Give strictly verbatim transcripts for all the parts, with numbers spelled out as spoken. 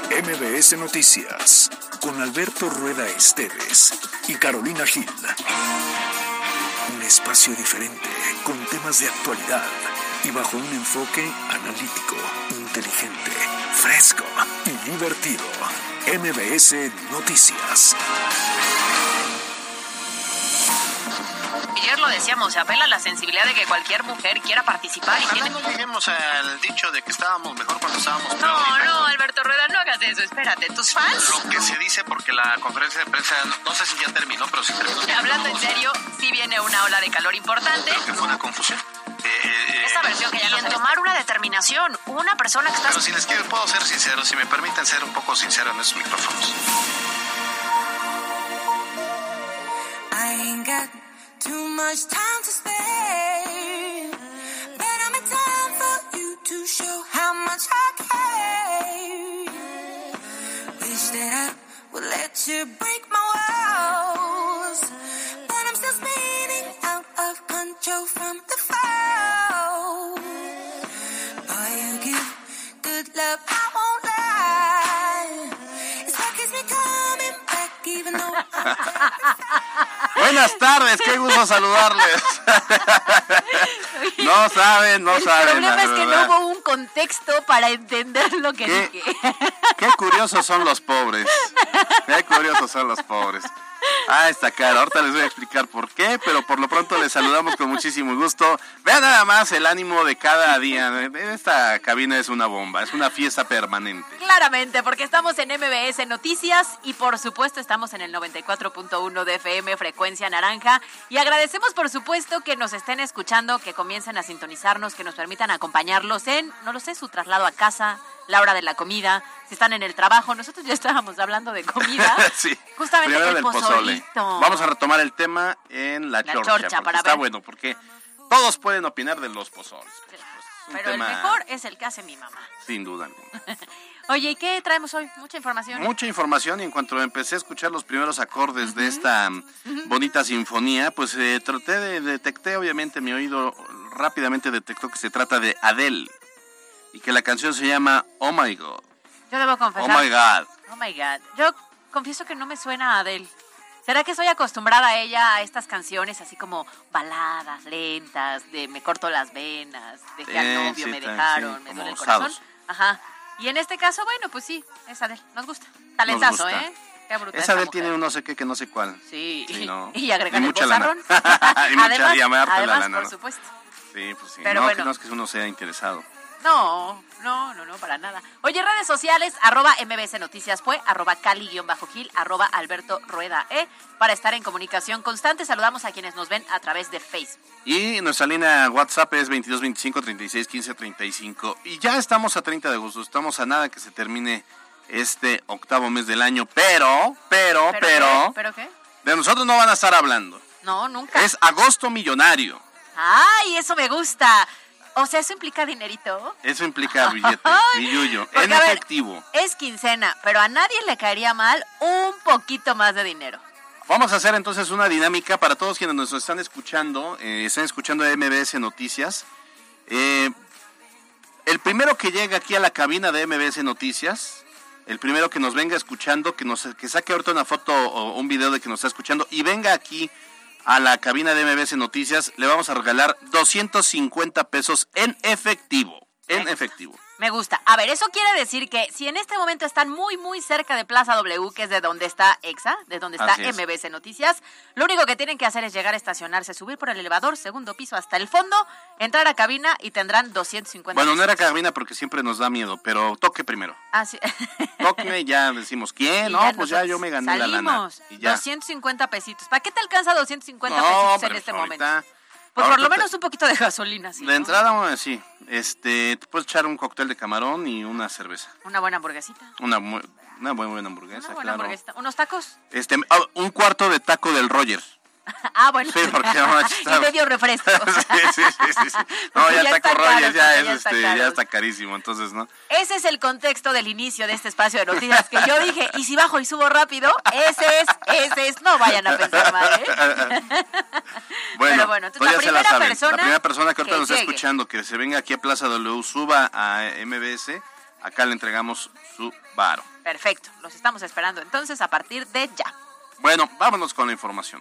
M B S Noticias, con Alberto Rueda Esteves y Carolina Gil. Un espacio diferente, con temas de actualidad y bajo un enfoque analítico, inteligente, fresco y divertido. M B S Noticias. Ayer lo decíamos, se apela a la sensibilidad de que cualquier mujer quiera participar. Y Ojalá tiene... no lleguemos al dicho de que estábamos mejor cuando estábamos peor. No, no, Alberto Rueda, no hagas eso, espérate. ¿Tus fans? Lo que se dice, porque la conferencia de prensa, no sé si ya terminó, pero sí terminó. Hablando en serio, sí viene una ola de calor importante. Creo que fue una confusión. Eh, Esa versión que ya no se... tomar una determinación, una persona que está... Pero si les quiero, puedo ser sincero, si me permiten ser un poco sincero en esos micrófonos. I ain't got too much time to spare, but I'm in time for you to show how much I care. Wish that I would let you break my walls, but I'm still spinning out of control from the fall. Boy, you give good love, I won't lie. It's what keeps me coming back, even though I'm Buenas tardes, qué gusto saludarles. No saben, no saben. El problema es que no hubo un contexto para entender lo que ¿Qué, dije. Qué curiosos son los pobres. Qué curiosos son los pobres. Ah, está caro. Ahorita les voy a explicar por qué, pero por lo pronto les saludamos con muchísimo gusto. Vean nada más el ánimo de cada día. Esta cabina es una bomba, es una fiesta permanente. Claramente, porque estamos en M B S Noticias y por supuesto estamos en el noventa y cuatro punto uno de F M, frecuencia naranja. Y agradecemos por supuesto que nos estén escuchando, que comiencen a sintonizarnos, que nos permitan acompañarlos en, no lo sé, su traslado a casa, la hora de la comida, si están en el trabajo. Nosotros ya estábamos hablando de comida. Sí. Justamente Primero el del pozolito. pozole. Vamos a retomar el tema en la, La chorcha, chorcha, porque para está ver. bueno, porque todos pueden opinar de los pozoles. Pues, un Pero tema, el mejor es el que hace mi mamá. sin duda alguna. Oye, ¿y qué traemos hoy? Mucha información. Mucha información, y en cuanto empecé a escuchar los primeros acordes uh-huh. de esta uh-huh. bonita sinfonía, pues eh, traté de, detecté, obviamente mi oído rápidamente detectó que se trata de Adele y que la canción se llama Oh My God. Yo debo confesar. Oh My God. Oh My God. Yo confieso que no me suena a Adele. ¿Será que soy acostumbrada a ella, a estas canciones así como baladas lentas, de me corto las venas, dejé sí, al novio, sí, me sí, dejaron, sí, me duele el osados. corazón? Ajá. Y en este caso, bueno, pues sí, es Adele, nos gusta. Talentazo, Nos gusta. ¿eh? Qué brutal. Esa Adele tiene un no sé qué, que no sé cuál. Sí, sí no. y agregar y el mucha bozarrón. lana. y mucha además, y amarte además la lana, por ¿no? supuesto. Sí, pues sí. Pero no, bueno. que no es que uno sea interesado. No, no, no, no, para nada. Oye, redes sociales, arroba M B S Noticias fue, arroba Cali-Gil, arroba Alberto Rueda E, para estar en comunicación constante. Saludamos a quienes nos ven a través de Facebook. Y nuestra línea WhatsApp es veintidós veinticinco treinta y seis quince treinta y cinco. Y ya estamos a treinta de agosto, estamos a nada que se termine este octavo mes del año, pero, pero, ¿Pero pero... qué? ¿Pero qué? De nosotros no van a estar hablando. No, nunca. Es agosto millonario. ¡Ay, eso me gusta! O sea, ¿eso implica dinerito? Eso implica billete, billuyo, Porque, en a ver, efectivo. Es quincena, pero a nadie le caería mal un poquito más de dinero. Vamos a hacer entonces una dinámica para todos quienes nos están escuchando, eh, están escuchando M B S Noticias. Eh, el primero que llegue aquí a la cabina de M B S Noticias, el primero que nos venga escuchando, que nos que saque ahorita una foto o un video de que nos está escuchando y venga aquí a la cabina de M B S Noticias, le vamos a regalar doscientos cincuenta pesos en efectivo, en Me efectivo. Gusta. Me gusta. A ver, eso quiere decir que si en este momento están muy, muy cerca de Plaza W, que es de donde está EXA, de donde está M B S Noticias, lo único que tienen que hacer es llegar a estacionarse, subir por el elevador, segundo piso hasta el fondo, entrar a cabina y tendrán doscientos cincuenta Bueno, pesos. no era cabina porque siempre nos da miedo, pero toque primero. Ah, sí. Toque y ya decimos, ¿quién? Y No, ya pues ya yo me gané salimos. la lana. Y ya. doscientos cincuenta pesitos. ¿Para qué te alcanza doscientos cincuenta No, pesitos pero en este ahorita, momento? Pues por ahorita lo menos un poquito de gasolina, ¿sí? De ¿no? entrada, sí. Este, te puedes echar un cóctel de camarón y una cerveza. Una buena hamburguesita. Una, mu- una buena, buena hamburguesa, Una buena claro. hamburguesita. ¿Unos tacos? Este, ah, un cuarto de taco del Roger. Ah, bueno. Sí, porque no, está- Y medio refresco. sí, sí, sí, sí, sí. No, Porque ya, ya taco está Roger caro, ya porque es, ya está este, caro. ya está carísimo, entonces, ¿no? Ese es el contexto del inicio de este espacio de noticias que yo dije, y si bajo y subo rápido, ese es, ese es, no vayan a pensar mal, ¿eh? Bueno, Pero bueno, entonces pues la ya se la primera saben. persona La primera persona que ahorita que nos está llegue. escuchando, que se venga aquí a Plaza W, suba a M B S, acá le entregamos su varo. Perfecto, los estamos esperando entonces a partir de ya. Bueno, vámonos con la información.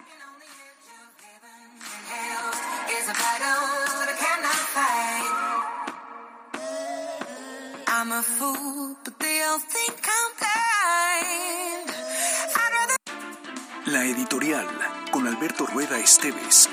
I'm a fool, but they all think I'm blind. La editorial con Alberto Rueda Esteves.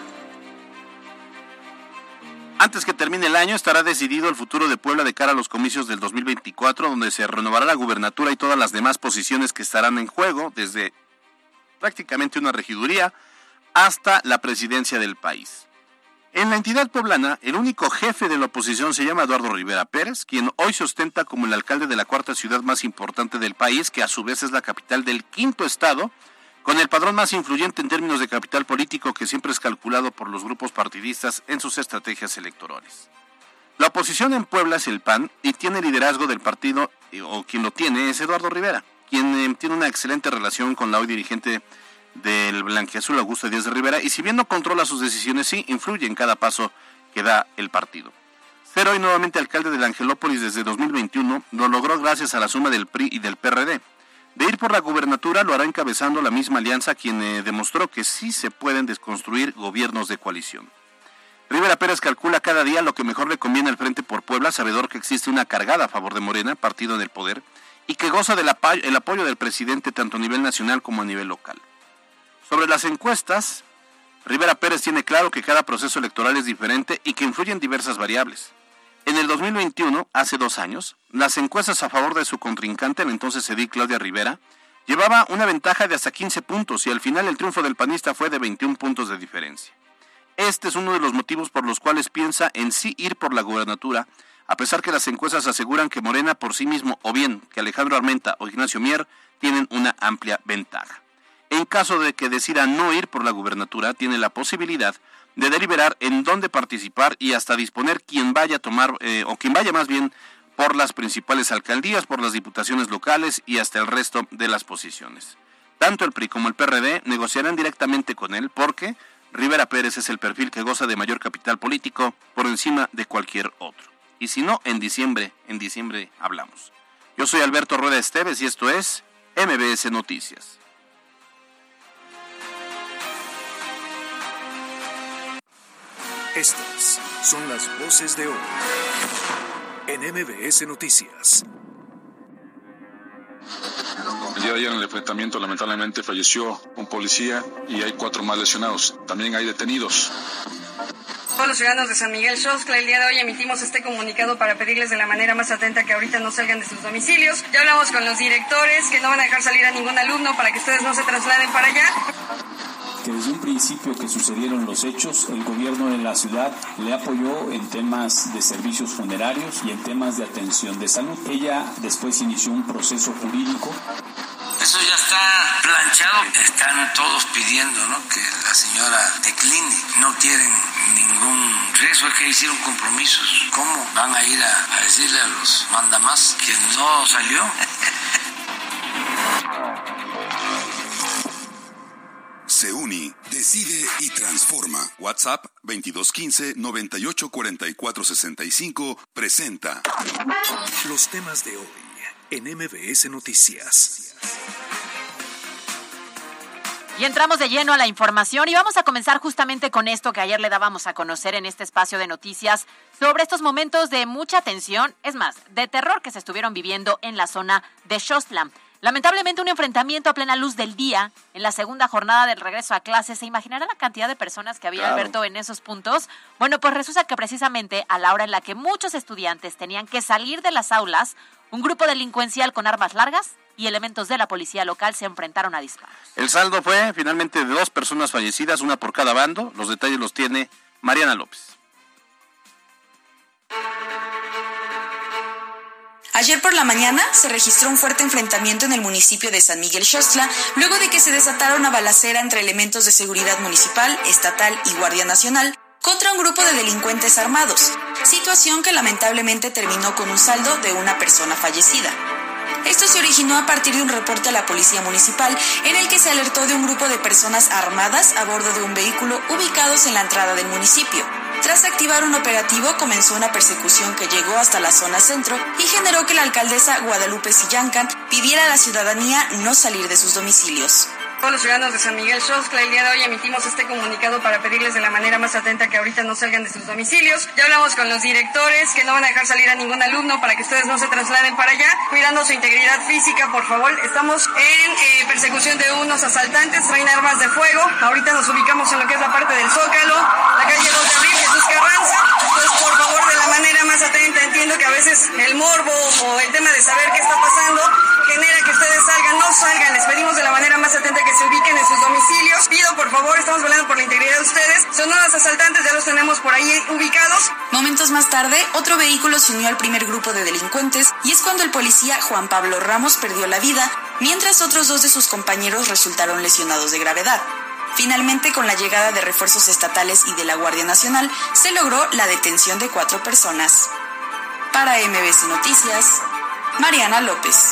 Antes que termine el año estará decidido el futuro de Puebla de cara a los comicios del dos mil veinticuatro, donde se renovará la gubernatura y todas las demás posiciones que estarán en juego, desde prácticamente una regiduría hasta la presidencia del país. En la entidad poblana, el único jefe de la oposición se llama Eduardo Rivera Pérez, quien hoy se ostenta como el alcalde de la cuarta ciudad más importante del país, que a su vez es la capital del quinto estado, con el padrón más influyente en términos de capital político que siempre es calculado por los grupos partidistas en sus estrategias electorales. La oposición en Puebla es el P A N y tiene liderazgo del partido, o quien lo tiene es Eduardo Rivera, quien eh, tiene una excelente relación con la hoy dirigente del blanquiazul Augusto Díaz de Rivera, y si bien no controla sus decisiones, sí influye en cada paso que da el partido. Ser hoy nuevamente alcalde de la Angelópolis desde dos mil veintiuno lo logró gracias a la suma del P R I y del P R D. De ir por la gubernatura lo hará encabezando la misma alianza, quien eh, demostró que sí se pueden desconstruir gobiernos de coalición. Rivera Pérez calcula cada día lo que mejor le conviene al Frente por Puebla, sabedor que existe una cargada a favor de Morena, partido en el poder, y que goza del apoyo, el apoyo del presidente tanto a nivel nacional como a nivel local. Sobre las encuestas, Rivera Pérez tiene claro que cada proceso electoral es diferente y que influyen diversas variables. En el dos mil veintiuno, hace dos años, las encuestas a favor de su contrincante, la entonces edil Claudia Rivera, llevaba una ventaja de hasta quince puntos y al final el triunfo del panista fue de veintiún puntos de diferencia. Este es uno de los motivos por los cuales piensa en sí ir por la gubernatura, a pesar que las encuestas aseguran que Morena por sí mismo, o bien que Alejandro Armenta o Ignacio Mier, tienen una amplia ventaja. En caso de que decida no ir por la gubernatura, tiene la posibilidad de deliberar en dónde participar y hasta disponer quién vaya a tomar, eh, o quien vaya más bien por las principales alcaldías, por las diputaciones locales y hasta el resto de las posiciones. Tanto el P R I como el P R D negociarán directamente con él porque Rivera Pérez es el perfil que goza de mayor capital político por encima de cualquier otro. Y si no, en diciembre, en diciembre hablamos. Yo soy Alberto Rueda Esteves y esto es M B S Noticias. Estas son las voces de hoy en M B S Noticias. El día de ayer en el enfrentamiento lamentablemente falleció un policía y hay cuatro más lesionados. También hay detenidos. Todos los ciudadanos de San Miguel Xoxtla, el día de hoy emitimos este comunicado para pedirles de la manera más atenta que ahorita no salgan de sus domicilios. Ya hablamos con los directores que no van a dejar salir a ningún alumno para que ustedes no se trasladen para allá. Que desde un principio que sucedieron los hechos, el gobierno de la ciudad le apoyó en temas de servicios funerarios y en temas de atención de salud. Ella después inició un proceso jurídico. Eso ya está planchado. Están todos pidiendo, ¿no?, que la señora decline. No quieren ningún riesgo, es que hicieron compromisos. ¿Cómo van a ir a, a decirle a los mandamás que no salió? SEUNI decide y transforma. WhatsApp veintidós quince, noventa y ocho, cuarenta y cuatro, sesenta y cinco presenta Los temas de hoy en M B S Noticias. Y entramos de lleno a la información y vamos a comenzar justamente con esto que ayer le dábamos a conocer en este espacio de noticias sobre estos momentos de mucha tensión, es más, de terror que se estuvieron viviendo en la zona de Xoxtla. Lamentablemente un enfrentamiento a plena luz del día en la segunda jornada del regreso a clases. ¿Se imaginará la cantidad de personas que había, claro, Alberto, en esos puntos? Bueno, pues resulta que precisamente a la hora en la que muchos estudiantes tenían que salir de las aulas, un grupo delincuencial con armas largas y elementos de la policía local se enfrentaron a disparos. El saldo fue finalmente de dos personas fallecidas, una por cada bando. Los detalles los tiene Mariana López. Ayer por la mañana se registró un fuerte enfrentamiento en el municipio de San Miguel Xoxtla, luego de que se desatara una balacera entre elementos de seguridad municipal, estatal y Guardia Nacional contra un grupo de delincuentes armados, situación que lamentablemente terminó con un saldo de una persona fallecida. Esto se originó a partir de un reporte a la policía municipal en el que se alertó de un grupo de personas armadas a bordo de un vehículo ubicados en la entrada del municipio. Tras activar un operativo, comenzó una persecución que llegó hasta la zona centro y generó que la alcaldesa Guadalupe Sillancan pidiera a la ciudadanía no salir de sus domicilios. Todos los ciudadanos de San Miguel Xostla, el día de hoy emitimos este comunicado para pedirles de la manera más atenta que ahorita no salgan de sus domicilios. Ya hablamos con los directores que no van a dejar salir a ningún alumno para que ustedes no se trasladen para allá, cuidando su integridad física, por favor. Estamos en eh, persecución de unos asaltantes, traen armas de fuego. Ahorita nos ubicamos en lo que es la parte del Zócalo, la calle dos de abril, Jesús Carranza. Entonces, por favor, de la manera más atenta, entiendo que a veces el morbo o el tema de saber qué está pasando genera que ustedes salgan, no salgan. Les pedimos de la manera más atenta que se ubiquen en sus domicilios. Pido, por favor, estamos velando por la integridad de ustedes. Son unos asaltantes, ya los tenemos por ahí ubicados. Momentos más tarde, otro vehículo se unió al primer grupo de delincuentes y es cuando el policía Juan Pablo Ramos perdió la vida, mientras otros dos de sus compañeros resultaron lesionados de gravedad. Finalmente, con la llegada de refuerzos estatales y de la Guardia Nacional, se logró la detención de cuatro personas. Para M B C Noticias, Mariana López.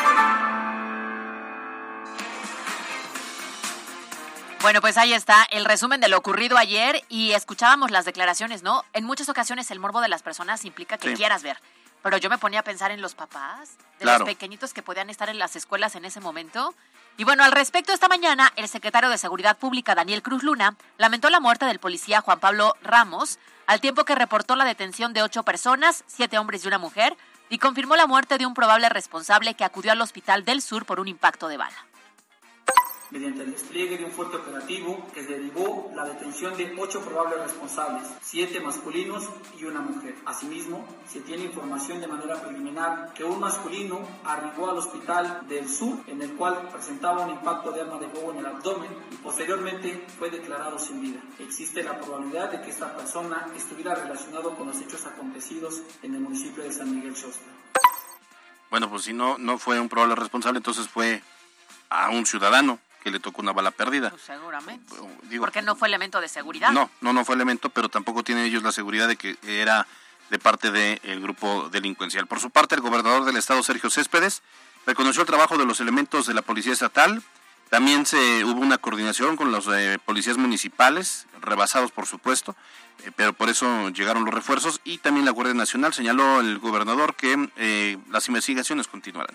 Bueno, pues ahí está el resumen de lo ocurrido ayer y escuchábamos las declaraciones, ¿no? En muchas ocasiones el morbo de las personas implica que sí. quieras ver, pero yo me ponía a pensar en los papás, de claro. los pequeñitos que podían estar en las escuelas en ese momento. Y bueno, al respecto, esta mañana el secretario de Seguridad Pública, Daniel Cruz Luna, lamentó la muerte del policía Juan Pablo Ramos, al tiempo que reportó la detención de ocho personas, siete hombres y una mujer, y confirmó la muerte de un probable responsable que acudió al Hospital del Sur por un impacto de bala. Mediante el despliegue de un fuerte operativo que derivó la detención de ocho probables responsables, siete masculinos y una mujer. Asimismo, se tiene información de manera preliminar que un masculino arribó al Hospital del Sur, en el cual presentaba un impacto de arma de fuego en el abdomen y posteriormente fue declarado sin vida. Existe la probabilidad de que esta persona estuviera relacionado con los hechos acontecidos en el municipio de San Miguel Xostla. Bueno, pues si no, no fue un probable responsable, entonces fue a un ciudadano que le tocó una bala perdida. Pues seguramente. Digo, porque no fue elemento de seguridad. No, no, no fue elemento, pero tampoco tienen ellos la seguridad de que era de parte del grupo delincuencial. Por su parte, el gobernador del estado, Sergio Céspedes, reconoció el trabajo de los elementos de la Policía Estatal. También se hubo una coordinación con los eh, policías municipales, rebasados por supuesto, eh, pero por eso llegaron los refuerzos. Y también la Guardia Nacional. Señaló el gobernador que eh, las investigaciones continuarán.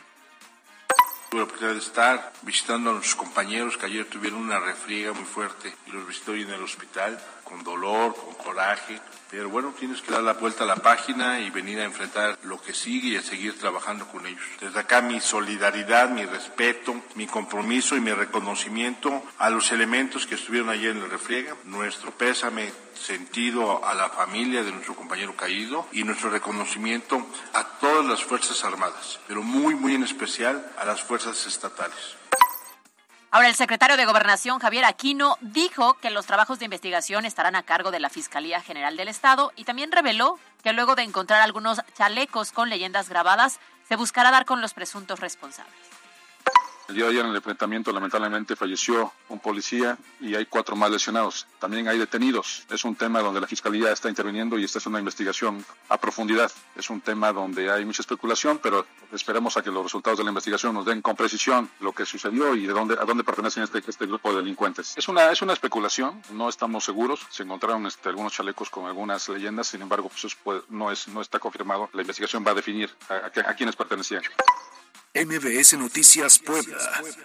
Tuve la oportunidad de estar visitando a nuestros compañeros que ayer tuvieron una refriega muy fuerte y los visité hoy en el hospital con dolor, con coraje, pero bueno, tienes que dar la vuelta a la página y venir a enfrentar lo que sigue y a seguir trabajando con ellos. Desde acá mi solidaridad, mi respeto, mi compromiso y mi reconocimiento a los elementos que estuvieron ayer en la refriega, nuestro pésame sentido a la familia de nuestro compañero caído y nuestro reconocimiento a todas las Fuerzas Armadas, pero muy, muy en especial a las fuerzas estatales. Ahora, el secretario de Gobernación, Javier Aquino, dijo que los trabajos de investigación estarán a cargo de la Fiscalía General del Estado y también reveló que luego de encontrar algunos chalecos con leyendas grabadas, se buscará dar con los presuntos responsables. El día de ayer en el enfrentamiento lamentablemente falleció un policía y hay cuatro más lesionados. También hay detenidos. Es un tema donde la Fiscalía está interviniendo y esta es una investigación a profundidad. Es un tema donde hay mucha especulación, pero esperemos a que los resultados de la investigación nos den con precisión lo que sucedió y de dónde, a dónde pertenecen este, este grupo de delincuentes. Es una, es una especulación, no estamos seguros. Se encontraron este, algunos chalecos con algunas leyendas, sin embargo, pues eso puede, no, es, no está confirmado. La investigación va a definir a, a, a quiénes pertenecían. M B S Noticias Puebla.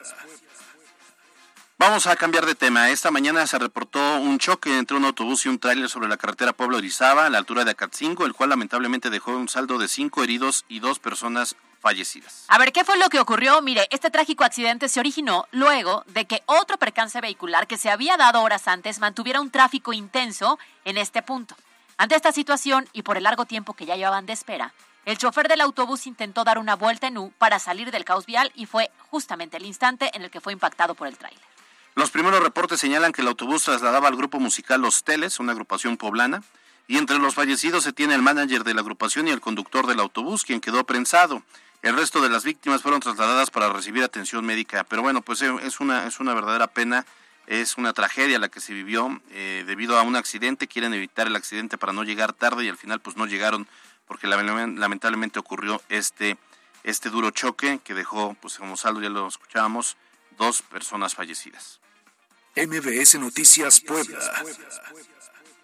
Vamos a cambiar de tema. Esta mañana se reportó un choque entre un autobús y un tráiler sobre la carretera Puebla-Orizaba, a la altura de Acatzingo, el cual lamentablemente dejó un saldo de cinco heridos y dos personas fallecidas. A ver, ¿qué fue lo que ocurrió? Mire, este trágico accidente se originó luego de que otro percance vehicular que se había dado horas antes mantuviera un tráfico intenso en este punto. Ante esta situación y por el largo tiempo que ya llevaban de espera, el chofer del autobús intentó dar una vuelta en U para salir del caos vial y fue justamente el instante en el que fue impactado por el tráiler. Los primeros reportes señalan que el autobús trasladaba al grupo musical Los Teles, una agrupación poblana, y entre los fallecidos se tiene el manager de la agrupación y el conductor del autobús, quien quedó prensado. El resto de las víctimas fueron trasladadas para recibir atención médica. Pero bueno, pues es una, es una verdadera pena, es una tragedia la que se vivió eh, debido a un accidente. Quieren evitar el accidente para no llegar tarde y al final pues no llegaron, porque lamentablemente ocurrió este, este duro choque que dejó, pues como saldo, ya lo escuchábamos, dos personas fallecidas. M B S Noticias Puebla.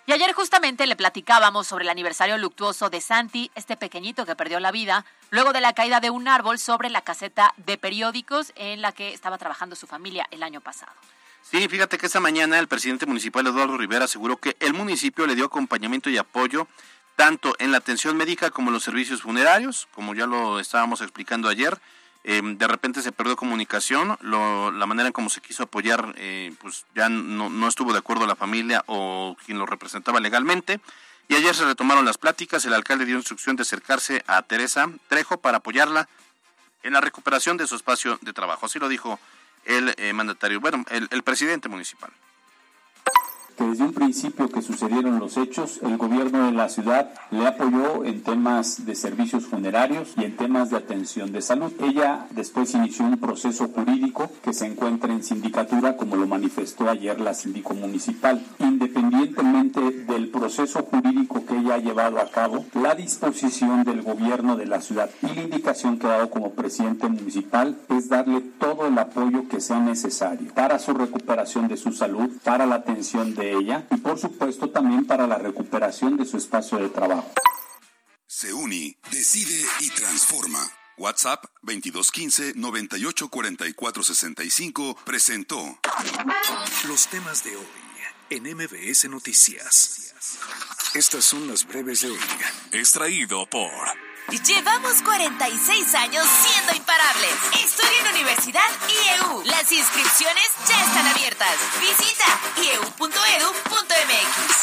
Y ayer justamente le platicábamos sobre el aniversario luctuoso de Santi, este pequeñito que perdió la vida luego de la caída de un árbol sobre la caseta de periódicos en la que estaba trabajando su familia el año pasado. Sí, fíjate que esta mañana el presidente municipal Eduardo Rivera aseguró que el municipio le dio acompañamiento y apoyo tanto en la atención médica como en los servicios funerarios, como ya lo estábamos explicando ayer. Eh, de repente se perdió comunicación, lo, la manera en cómo se quiso apoyar, eh, pues ya no, no estuvo de acuerdo la familia o quien lo representaba legalmente. Y ayer se retomaron las pláticas, el alcalde dio instrucción de acercarse a Teresa Trejo para apoyarla en la recuperación de su espacio de trabajo. Así lo dijo el eh, mandatario, bueno, el, el presidente municipal. Que desde un principio que sucedieron los hechos, el gobierno de la ciudad le apoyó en temas de servicios funerarios y en temas de atención de salud. Ella después inició un proceso jurídico que se encuentra en sindicatura, como lo manifestó ayer la síndico municipal. Independientemente del proceso jurídico que ella ha llevado a cabo, la disposición del gobierno de la ciudad y la indicación que ha dado como presidente municipal es darle todo el apoyo que sea necesario para su recuperación de su salud, para la atención de ella y por supuesto también para la recuperación de su espacio de trabajo. SEUNI decide y transforma. WhatsApp veintidós quince, noventa y ocho, cuarenta y cuatro, sesenta y cinco presentó los temas de hoy en M B S Noticias. Estas son las breves de hoy. Extraído por... Llevamos cuarenta y seis años siendo imparables. Estudia en Universidad I E U. Las inscripciones ya están abiertas. Visita i e u punto e d u punto m x.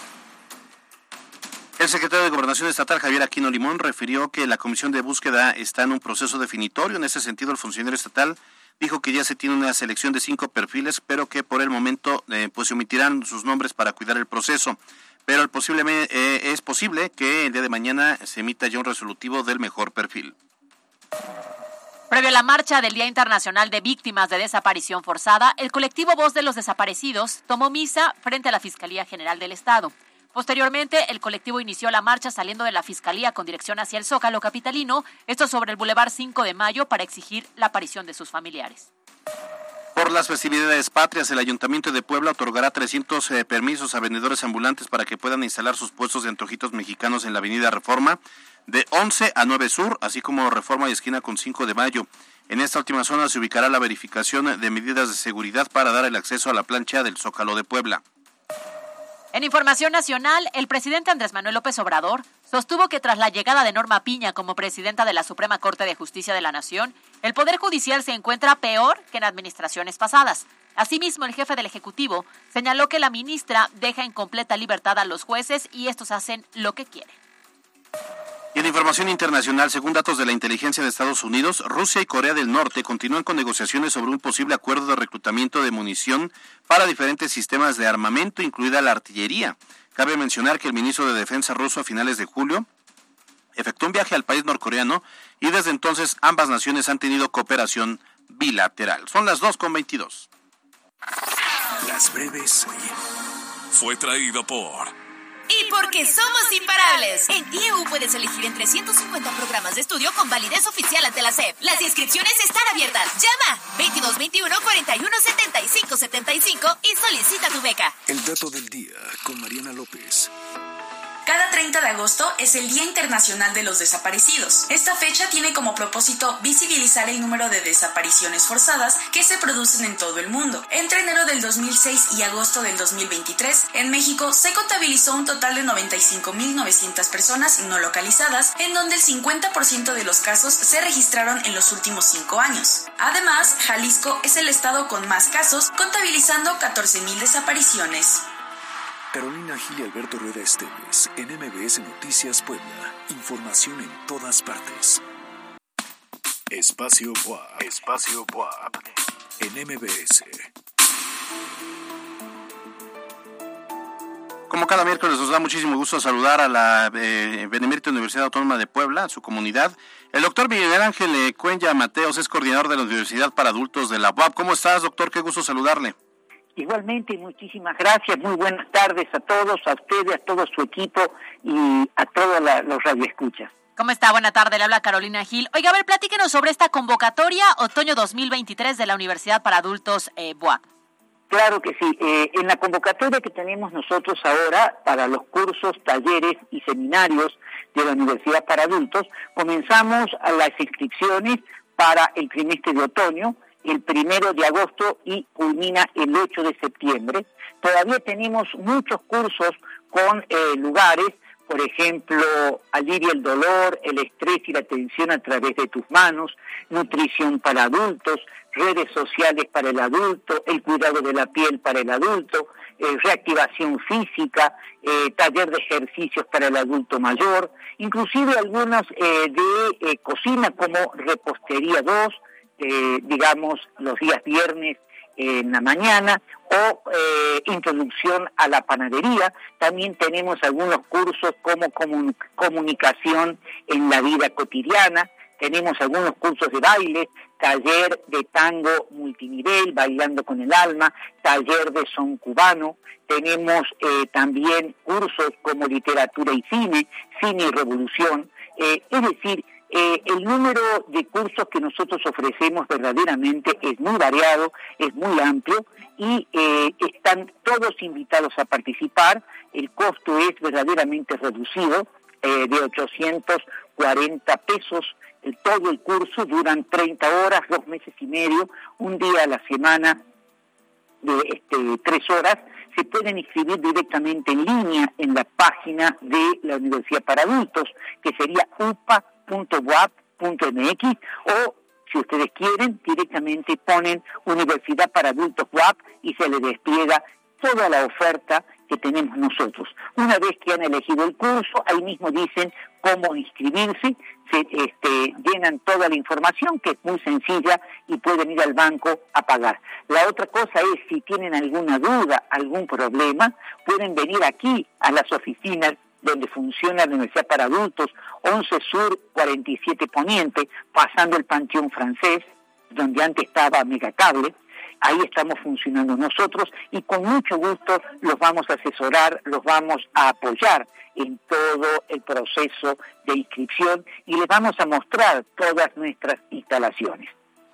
El secretario de Gobernación Estatal, Javier Aquino Limón, refirió que la comisión de búsqueda está en un proceso definitorio. En ese sentido, el funcionario estatal dijo que ya se tiene una selección de cinco perfiles, pero que por el momento eh, pues se omitirán sus nombres para cuidar el proceso. Pero el posible, eh, es posible que el día de mañana se emita ya un resolutivo del mejor perfil. Previo a la marcha del Día Internacional de Víctimas de Desaparición Forzada, el colectivo Voz de los Desaparecidos tomó misa frente a la Fiscalía General del Estado. Posteriormente, el colectivo inició la marcha saliendo de la Fiscalía con dirección hacia el Zócalo capitalino, esto sobre el Boulevard cinco de mayo, para exigir la aparición de sus familiares. Por las festividades patrias, el Ayuntamiento de Puebla otorgará trescientos eh, permisos a vendedores ambulantes para que puedan instalar sus puestos de antojitos mexicanos en la avenida Reforma de once a nueve Sur, así como Reforma y esquina con cinco de mayo. En esta última zona se ubicará la verificación de medidas de seguridad para dar el acceso a la plancha del Zócalo de Puebla. En información nacional, el presidente Andrés Manuel López Obrador sostuvo que tras la llegada de Norma Piña como presidenta de la Suprema Corte de Justicia de la Nación, el Poder Judicial se encuentra peor que en administraciones pasadas. Asimismo, el jefe del Ejecutivo señaló que la ministra deja en completa libertad a los jueces y estos hacen lo que quieren. Y en información internacional, según datos de la inteligencia de Estados Unidos, Rusia y Corea del Norte continúan con negociaciones sobre un posible acuerdo de reclutamiento de munición para diferentes sistemas de armamento, incluida la artillería. Cabe mencionar que el ministro de Defensa ruso a finales de julio efectuó un viaje al país norcoreano y desde entonces ambas naciones han tenido cooperación bilateral. Son las dos con veintidós. Las breves fue traído por... Y porque somos imparables. En I E U puedes elegir entre ciento cincuenta programas de estudio con validez oficial ante la S E P. Las inscripciones están abiertas. Llama veintidós veintiuno, cuarenta y uno, setenta y cinco, setenta y cinco y solicita tu beca. El dato del día con Mariana López. Cada treinta de agosto es el Día Internacional de los Desaparecidos. Esta fecha tiene como propósito visibilizar el número de desapariciones forzadas que se producen en todo el mundo. Entre enero del dos mil seis y agosto del dos mil veintitrés, en México se contabilizó un total de noventa y cinco mil novecientas personas no localizadas, en donde el cincuenta por ciento de los casos se registraron en los últimos cinco años. Además, Jalisco es el estado con más casos, contabilizando catorce mil desapariciones. Carolina Gil y Alberto Rueda Esteves, en M B S Noticias Puebla. Información en todas partes. Espacio W A P. Espacio W A P. En M B S. Como cada miércoles nos da muchísimo gusto saludar a la eh, Benemérita Universidad Autónoma de Puebla, a su comunidad. El doctor Miguel Ángel Cuenya Mateos es coordinador de la Universidad para Adultos de la U A P. ¿Cómo estás, doctor? Qué gusto saludarle. Igualmente, muchísimas gracias, muy buenas tardes a todos, a ustedes, a todo su equipo y a todos la, los radioescuchas. ¿Cómo está? Buena tarde, le habla Carolina Gil. Oiga, a ver, platíquenos sobre esta convocatoria otoño dos mil veintitrés de la Universidad para Adultos eh, B U A P. Claro que sí. Eh, en la convocatoria que tenemos nosotros ahora para los cursos, talleres y seminarios de la Universidad para Adultos, comenzamos a las inscripciones para el trimestre de otoño, el primero de agosto y culmina el ocho de septiembre. Todavía tenemos muchos cursos con eh, lugares, por ejemplo, alivia el dolor, el estrés y la tensión a través de tus manos, nutrición para adultos, redes sociales para el adulto, el cuidado de la piel para el adulto, eh, reactivación física, eh, taller de ejercicios para el adulto mayor, inclusive algunos eh, de eh, cocina como repostería dos, eh, digamos los días viernes en la mañana, o eh, introducción a la panadería. También tenemos algunos cursos como comun- comunicación en la vida cotidiana. Tenemos algunos cursos de baile, taller de tango multinivel, bailando con el alma, taller de son cubano. Tenemos eh, también cursos como literatura y cine, cine y revolución. Eh, es decir, Eh, el número de cursos que nosotros ofrecemos verdaderamente es muy variado, es muy amplio y eh, están todos invitados a participar. El costo es verdaderamente reducido, eh, de ochocientos cuarenta pesos. El, todo el curso duran treinta horas, dos meses y medio, un día a la semana de este, tres horas. Se pueden inscribir directamente en línea en la página de la Universidad para Adultos, que sería u p a punto u a p punto m x, o si ustedes quieren directamente ponen Universidad para Adultos U A P y se les despliega toda la oferta que tenemos nosotros. Una vez que han elegido el curso, ahí mismo dicen cómo inscribirse, se este, llenan toda la información, que es muy sencilla, y pueden ir al banco a pagar. La otra cosa es, si tienen alguna duda, algún problema, pueden venir aquí a las oficinas donde funciona la Universidad para Adultos, once Sur, cuarenta y siete Poniente, pasando el Panteón Francés, donde antes estaba Megacable. Ahí estamos funcionando nosotros y con mucho gusto los vamos a asesorar, los vamos a apoyar en todo el proceso de inscripción y les vamos a mostrar todas nuestras instalaciones.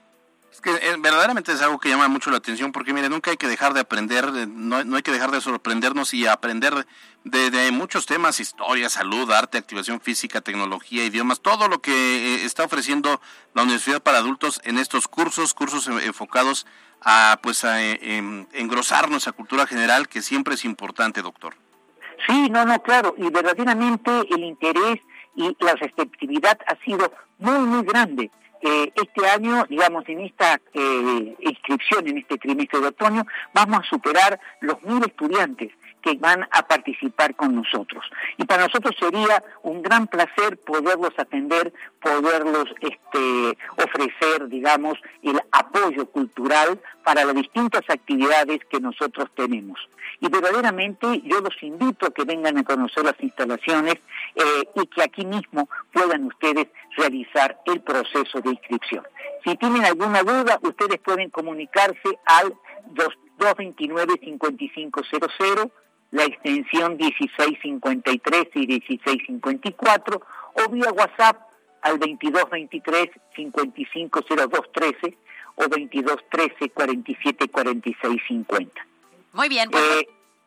Es que eh, verdaderamente es algo que llama mucho la atención, porque mire, nunca hay que dejar de aprender, eh, no, no hay que dejar de sorprendernos y aprender de, de muchos temas: historia, salud, arte, activación física, tecnología, idiomas, todo lo que eh, está ofreciendo la Universidad para Adultos en estos cursos, cursos enfocados a pues a eh, eh, engrosar nuestra cultura general, que siempre es importante, doctor. Sí, no, no, claro, y verdaderamente el interés y la receptividad ha sido muy, muy grande. Eh, este año, digamos, en esta eh, inscripción, en este trimestre de otoño, vamos a superar los mil estudiantes que van a participar con nosotros. Y para nosotros sería un gran placer poderlos atender, poderlos este, ofrecer, digamos, el apoyo cultural para las distintas actividades que nosotros tenemos. Y verdaderamente yo los invito a que vengan a conocer las instalaciones eh, y que aquí mismo puedan ustedes realizar el proceso de inscripción. Si tienen alguna duda, ustedes pueden comunicarse al dos dos veintinueve, cincuenta y cinco cero cero, la extensión dieciséis cincuenta y tres y dieciséis cincuenta y cuatro, o vía WhatsApp al veintidós veintitrés, cincuenta y cinco cero dos trece o veintidós trece, cuarenta y siete cuarenta y seis cincuenta. Muy bien. Pues, eh,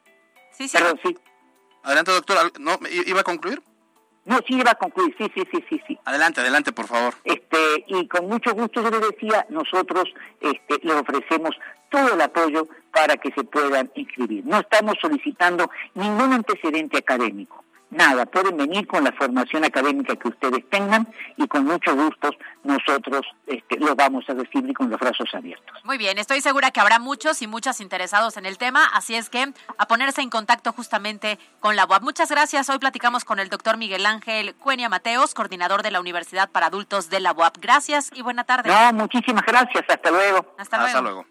sí, sí. Perdón, sí. Adelante, doctor. ¿No, iba a concluir? No, sí, iba a concluir, sí, sí, sí, sí, sí. Adelante, adelante, por favor. Este, y con mucho gusto, yo les decía, nosotros este, les ofrecemos todo el apoyo para que se puedan inscribir. No estamos solicitando ningún antecedente académico, nada. Pueden venir con la formación académica que ustedes tengan y con mucho gusto nosotros este, los vamos a recibir con los brazos abiertos. Muy bien, estoy segura que habrá muchos y muchas interesados en el tema, así es que a ponerse en contacto justamente con la U A P. Muchas gracias. Hoy platicamos con el doctor Miguel Ángel Cuenia Mateos, coordinador de la Universidad para Adultos de la U A P. Gracias y buena tarde. No, muchísimas gracias. Hasta luego. Hasta luego. Hasta luego.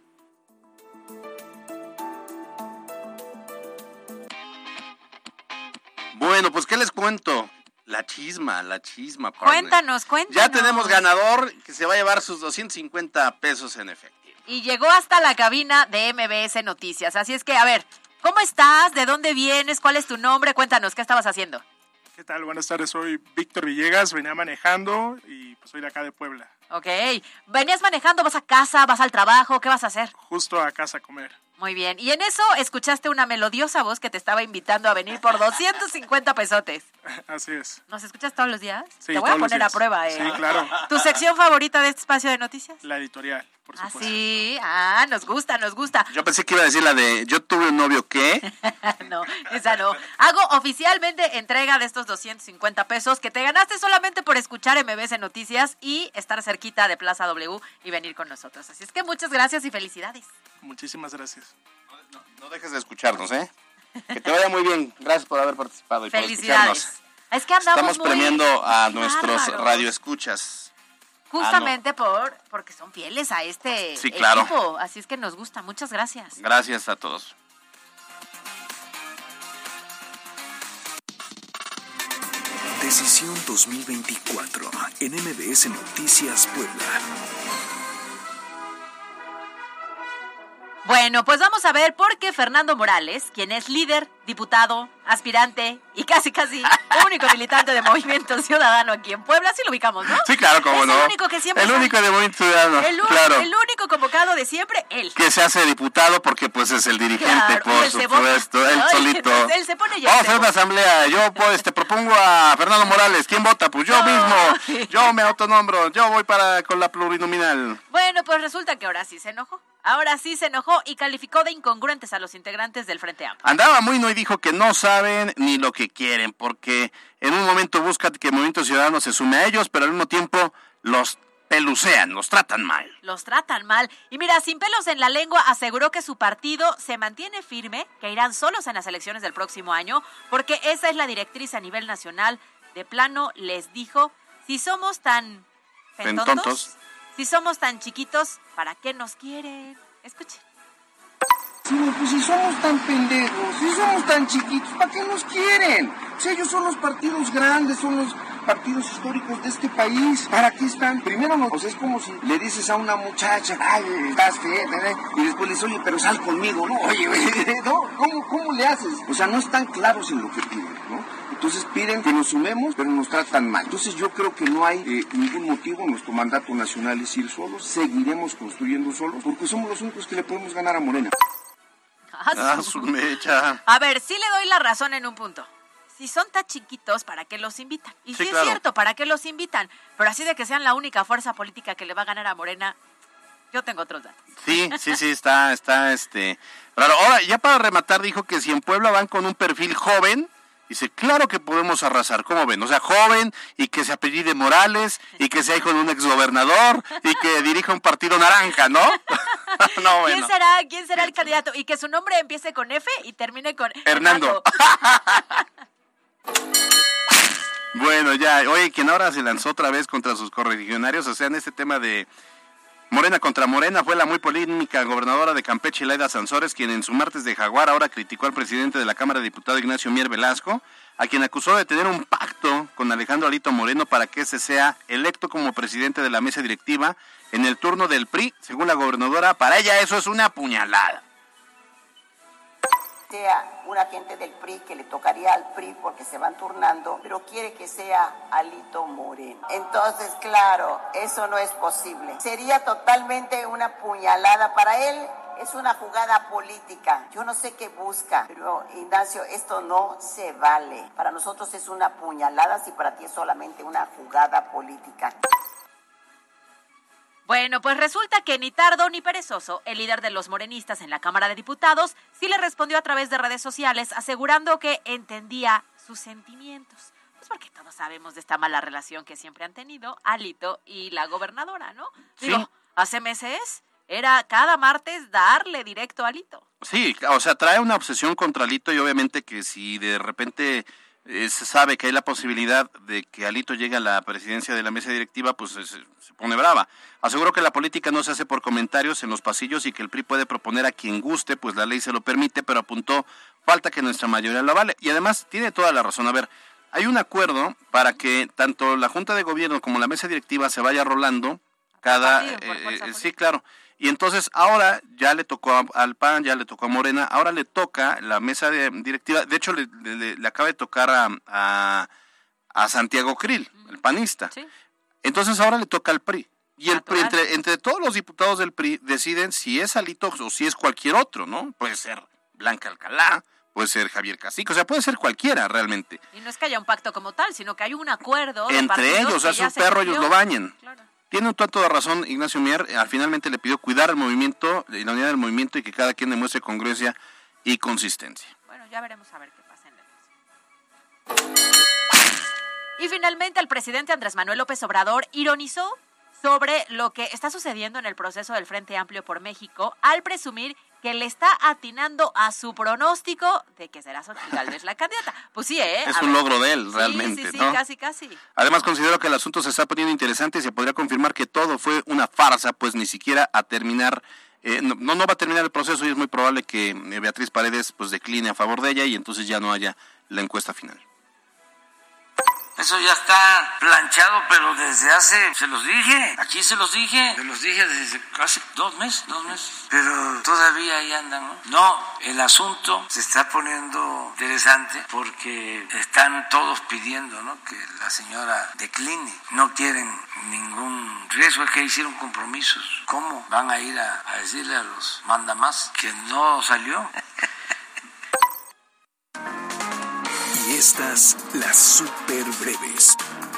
Bueno, pues ¿qué les cuento? La chisma, la chisma. Partner. Cuéntanos, cuéntanos. Ya tenemos ganador que se va a llevar sus doscientos cincuenta pesos en efectivo. Y llegó hasta la cabina de M B S Noticias. Así es que, a ver, ¿cómo estás? ¿De dónde vienes? ¿Cuál es tu nombre? Cuéntanos, ¿qué estabas haciendo? ¿Qué tal? Buenas tardes, soy Víctor Villegas, venía manejando y pues soy de acá de Puebla. Ok, ¿venías manejando? ¿Vas a casa? ¿Vas al trabajo? ¿Qué vas a hacer? Justo a casa a comer. Muy bien. Y en eso escuchaste una melodiosa voz que te estaba invitando a venir por doscientos cincuenta pesotes. Así es. ¿Nos escuchas todos los días? Sí, te voy a todos los poner a días. prueba, ¿eh? Sí, claro. ¿Tu sección favorita de este espacio de noticias? La editorial, por Ah, supuesto. sí. Ah, nos gusta, nos gusta. Yo pensé que iba a decir la de yo tuve un novio que... No, esa no. Hago oficialmente entrega de estos doscientos cincuenta pesos que te ganaste solamente por escuchar M B S Noticias y estar cerquita de Plaza W y venir con nosotros. Así es que muchas gracias y felicidades. Muchísimas gracias. No, no dejes de escucharnos, ¿eh? Que te vaya muy bien. Gracias por haber participado y por Felicidades. escucharnos. Es que andamos Estamos muy premiando a qué nuestros bárbaros. radioescuchas. Justamente por porque son fieles a este Sí, claro. equipo. Así es que nos gusta. Muchas gracias. Gracias a todos. Decisión dos mil veinticuatro en M B S Noticias Puebla. Bueno, pues vamos a ver por qué Fernando Morales, quien es líder, diputado, aspirante y casi casi único militante de Movimiento Ciudadano aquí en Puebla, sí lo ubicamos, ¿no? Sí, claro, cómo es no. el único que siempre El sale. único de Movimiento Ciudadano, El, u- claro. el único convocado de siempre, él. Que se hace diputado porque pues es el dirigente, Claro, y por él se vota. supuesto, él Ay, solito. entonces él se pone ya Vamos a se hacer una vota. asamblea. Yo pues te propongo a Fernando Morales. ¿Quién vota? Pues yo No. mismo. Yo me autonombro. Yo voy para con la plurinominal. Bueno, pues resulta que ahora sí se enojó. Ahora sí se enojó y calificó de incongruentes a los integrantes del Frente Amplio. Andaba muy no y dijo que no saben ni lo que quieren, porque en un momento busca que Movimiento Ciudadano se sume a ellos, pero al mismo tiempo los pelucean, los tratan mal. Los tratan mal. Y mira, sin pelos en la lengua, aseguró que su partido se mantiene firme, que irán solos en las elecciones del próximo año, porque esa es la directriz a nivel nacional. De plano les dijo, si somos tan pentontos, Pentontos. si somos tan chiquitos, ¿para qué nos quieren? Escuchen. Sí, pues si somos tan pendejos, si somos tan chiquitos, ¿para qué nos quieren? Si ellos son los partidos grandes, son los partidos históricos de este país, ¿para qué están? Primero, no, o sea, es como si le dices a una muchacha, ay, estás fea, ¿eh? Y después le dices, oye, pero sal conmigo, ¿no? Oye, ¿no? ¿Cómo, cómo le haces? O sea, no están claros en lo que piden, ¿no? Entonces piden que nos sumemos, pero nos tratan mal. Entonces yo creo que no hay eh, ningún motivo, nuestro mandato nacional es ir solos, seguiremos construyendo solos, porque somos los únicos que le podemos ganar a Morena. Ah, su mecha. A ver, sí le doy la razón en un punto. Si son tan chiquitos, ¿para qué los invitan? Y sí, Sí, claro. es cierto, ¿para qué los invitan? Pero así de que sean la única fuerza política que le va a ganar a Morena, yo tengo otros datos. Sí, sí, sí, está, está, este, raro. Ahora, ya para rematar, dijo que si en Puebla van con un perfil joven, dice, claro que podemos arrasar, ¿cómo ven? O sea, joven, y que se apellide Morales, y que sea hijo de un exgobernador, y que dirija un partido naranja, ¿no? No, bueno. ¿Quién será? ¿Quién será el candidato? Y que su nombre empiece con F y termine con Hernando. Bueno, ya, oye, quien ahora se lanzó otra vez contra sus correligionarios, o sea, en este tema de Morena contra Morena, fue la muy polémica gobernadora de Campeche, Laida Sansores, quien en su martes de Jaguar ahora criticó al presidente de la Cámara de Diputados, Ignacio Mier Velasco, a quien acusó de tener un pacto con Alejandro Alito Moreno para que ese sea electo como presidente de la mesa directiva en el turno del P R I. Según la gobernadora, para ella eso es una puñalada. Sea un agente del P R I que le tocaría al P R I porque se van turnando, pero quiere que sea Alito Moreno. Entonces, claro, eso no es posible. Sería totalmente una puñalada para él. Es una jugada política. Yo no sé qué busca, pero Ignacio, esto no se vale. Para nosotros es una puñalada si para ti es solamente una jugada política. Bueno, pues resulta que ni tardo ni perezoso, el líder de los morenistas en la Cámara de Diputados, sí le respondió a través de redes sociales asegurando que entendía sus sentimientos. Pues porque todos sabemos de esta mala relación que siempre han tenido Alito y la gobernadora, ¿no? Digo, Sí. hace meses era cada martes darle directo a Alito. Sí, o sea, trae una obsesión contra Alito y obviamente que si de repente eh, se sabe que hay la posibilidad de que Alito llegue a la presidencia de la mesa directiva, pues se, se pone brava. Aseguró que la política no se hace por comentarios en los pasillos y que el P R I puede proponer a quien guste, pues la ley se lo permite, pero apuntó, falta que nuestra mayoría lo vale. Y además tiene toda la razón. A ver, hay un acuerdo para que tanto la Junta de Gobierno como la mesa directiva se vaya rolando cada... partido, por eh, fuerza eh, sí, claro. Y entonces ahora ya le tocó a- al P A N, ya le tocó a Morena, ahora le toca la mesa de- directiva, de hecho le, le- le acaba de tocar a, a, a Santiago Krill, el panista. Sí. Entonces ahora le toca al P R I. Y el P R I, entre, entre todos los diputados del P R I deciden si es Alito o si es cualquier otro, ¿no? Puede ser Blanca Alcalá, puede ser Javier Cacique, o sea, puede ser cualquiera realmente. Y no es que haya un pacto como tal, sino que hay un acuerdo de entre ellos, o sea, su perro ellos lo bañan. Claro. Tiene un tanto de razón Ignacio Mier, al finalmente le pidió cuidar el movimiento, la unidad del movimiento y que cada quien demuestre congruencia y consistencia. Bueno, ya veremos a ver qué pasa en la elección. Y finalmente el presidente Andrés Manuel López Obrador ironizó sobre lo que está sucediendo en el proceso del Frente Amplio por México al presumir que le está atinando a su pronóstico de que será Xochitl Gálvez la candidata. Pues sí, ¿eh? Es a un ver. logro de él, sí, realmente, sí, sí, ¿no? casi, casi. Además, considero que el asunto se está poniendo interesante y se podría confirmar que todo fue una farsa, pues ni siquiera a terminar, eh, no, no va a terminar el proceso y es muy probable que eh, Beatriz Paredes pues decline a favor de ella y entonces ya no haya la encuesta final. Eso ya está planchado, pero desde hace, se los dije, aquí se los dije, se los dije desde casi dos meses, dos meses, pero todavía ahí andan, ¿no? No, el asunto se está poniendo interesante porque están todos pidiendo, ¿no?, que la señora decline, no quieren ningún riesgo, es que hicieron compromisos. ¿Cómo van a ir a, a decirle a los mandamás que no salió? Y estas, las super breves.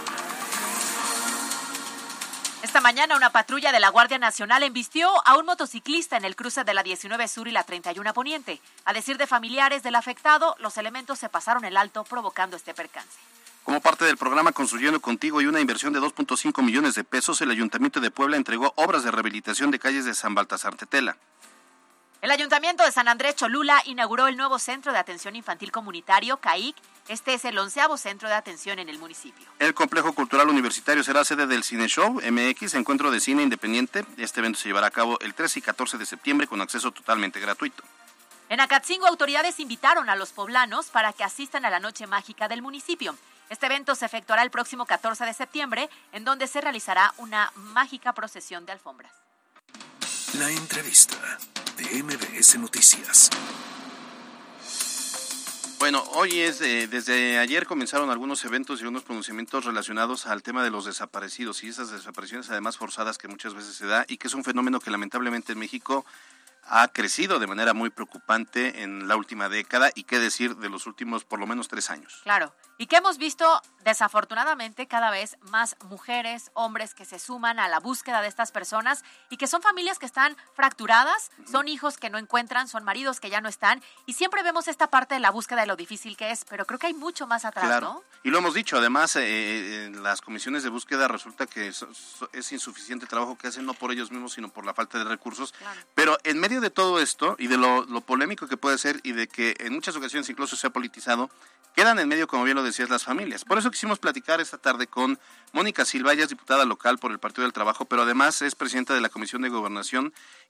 Esta mañana una patrulla de la Guardia Nacional embistió a un motociclista en el cruce de la diecinueve Sur y la treinta y uno Poniente. A decir de familiares del afectado, los elementos se pasaron el alto provocando este percance. Como parte del programa Construyendo Contigo y una inversión de dos punto cinco millones de pesos, el Ayuntamiento de Puebla entregó obras de rehabilitación de calles de San Baltasar Tetela. El Ayuntamiento de San Andrés Cholula inauguró el nuevo Centro de Atención Infantil Comunitario, C A I C. Este es el onceavo centro de atención en el municipio. El Complejo Cultural Universitario será sede del Cine Show M X, encuentro de cine independiente. Este evento se llevará a cabo el trece y catorce de septiembre con acceso totalmente gratuito. En Acatzingo, autoridades invitaron a los poblanos para que asistan a la Noche Mágica del municipio. Este evento se efectuará el próximo catorce de septiembre, en donde se realizará una mágica procesión de alfombras. La entrevista de M B S Noticias. Bueno, hoy es, eh, desde ayer comenzaron algunos eventos y unos pronunciamientos relacionados al tema de los desaparecidos y esas desapariciones además forzadas que muchas veces se da y que es un fenómeno que lamentablemente en México ha crecido de manera muy preocupante en la última década y qué decir de los últimos por lo menos tres años. Claro, y que hemos visto desafortunadamente cada vez más mujeres, hombres que se suman a la búsqueda de estas personas y que son familias que están fracturadas, uh-huh. son hijos que no encuentran, son maridos que ya no están y siempre vemos esta parte de la búsqueda de lo difícil que es, pero creo que hay mucho más atrás, claro. ¿no? Y lo hemos dicho, además eh, en las comisiones de búsqueda resulta que es, es insuficiente el trabajo que hacen, no por ellos mismos, sino por la falta de recursos, claro. Pero en medio de todo esto y de lo, lo polémico que puede ser y de que en muchas ocasiones incluso se ha politizado, quedan en medio, como bien lo decías, las familias. Por eso quisimos platicar esta tarde con Mónica Silva, ella es diputada local por el Partido del Trabajo, pero además es presidenta de la Comisión de Gobernación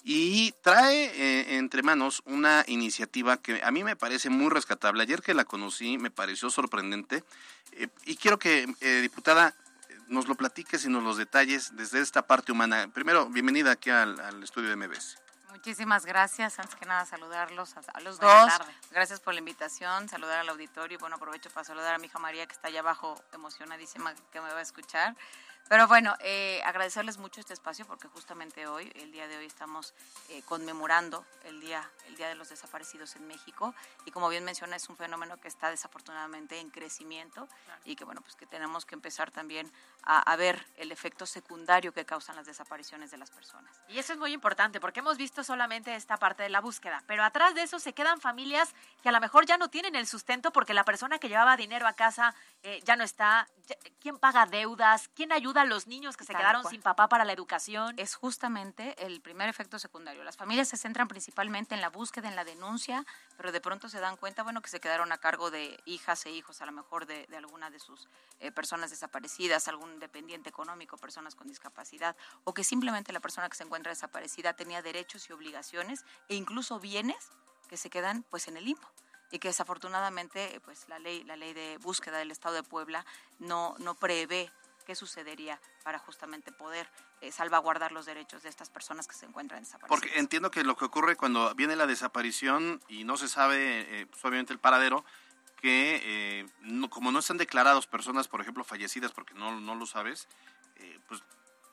y trae eh, entre manos una iniciativa que a mí me parece muy rescatable. Ayer que la conocí me pareció sorprendente eh, y quiero que, eh, diputada, nos lo platiques y nos los detalles desde esta parte humana. Primero, bienvenida aquí al, al estudio de M B S. Muchísimas gracias. Antes que nada, saludarlos a, a los Buenas dos. Tardes. Gracias por la invitación, saludar al auditorio y bueno, aprovecho para saludar a mi hija María que está allá abajo emocionadísima que me va a escuchar. Pero bueno, eh, agradecerles mucho este espacio porque justamente hoy, el día de hoy, estamos eh, conmemorando el día, el Día de los Desaparecidos en México y como bien menciona es un fenómeno que está desafortunadamente en crecimiento claro. Y que bueno, pues que tenemos que empezar también a, a ver el efecto secundario que causan las desapariciones de las personas. Y eso es muy importante porque hemos visto solamente esta parte de la búsqueda, pero atrás de eso se quedan familias que a lo mejor ya no tienen el sustento porque la persona que llevaba dinero a casa eh, ya no está. ¿Quién paga deudas? ¿Quién ayuda a los niños que se Tal quedaron cual. sin papá para la educación? Es justamente el primer efecto secundario. Las familias se centran principalmente en la búsqueda, en la denuncia, pero de pronto se dan cuenta, bueno, que se quedaron a cargo de hijas e hijos, a lo mejor de, de alguna de sus eh, personas desaparecidas, algún dependiente económico, personas con discapacidad, o que simplemente la persona que se encuentra desaparecida tenía derechos y obligaciones e incluso bienes que se quedan pues en el limbo. Y que desafortunadamente pues la ley la ley de búsqueda del Estado de Puebla no no prevé qué sucedería para justamente poder eh, salvaguardar los derechos de estas personas que se encuentran desaparecidas. Porque entiendo que lo que ocurre cuando viene la desaparición y no se sabe eh, pues obviamente el paradero, que eh, no, como no están declarados personas, por ejemplo, fallecidas, porque no, no lo sabes, eh, pues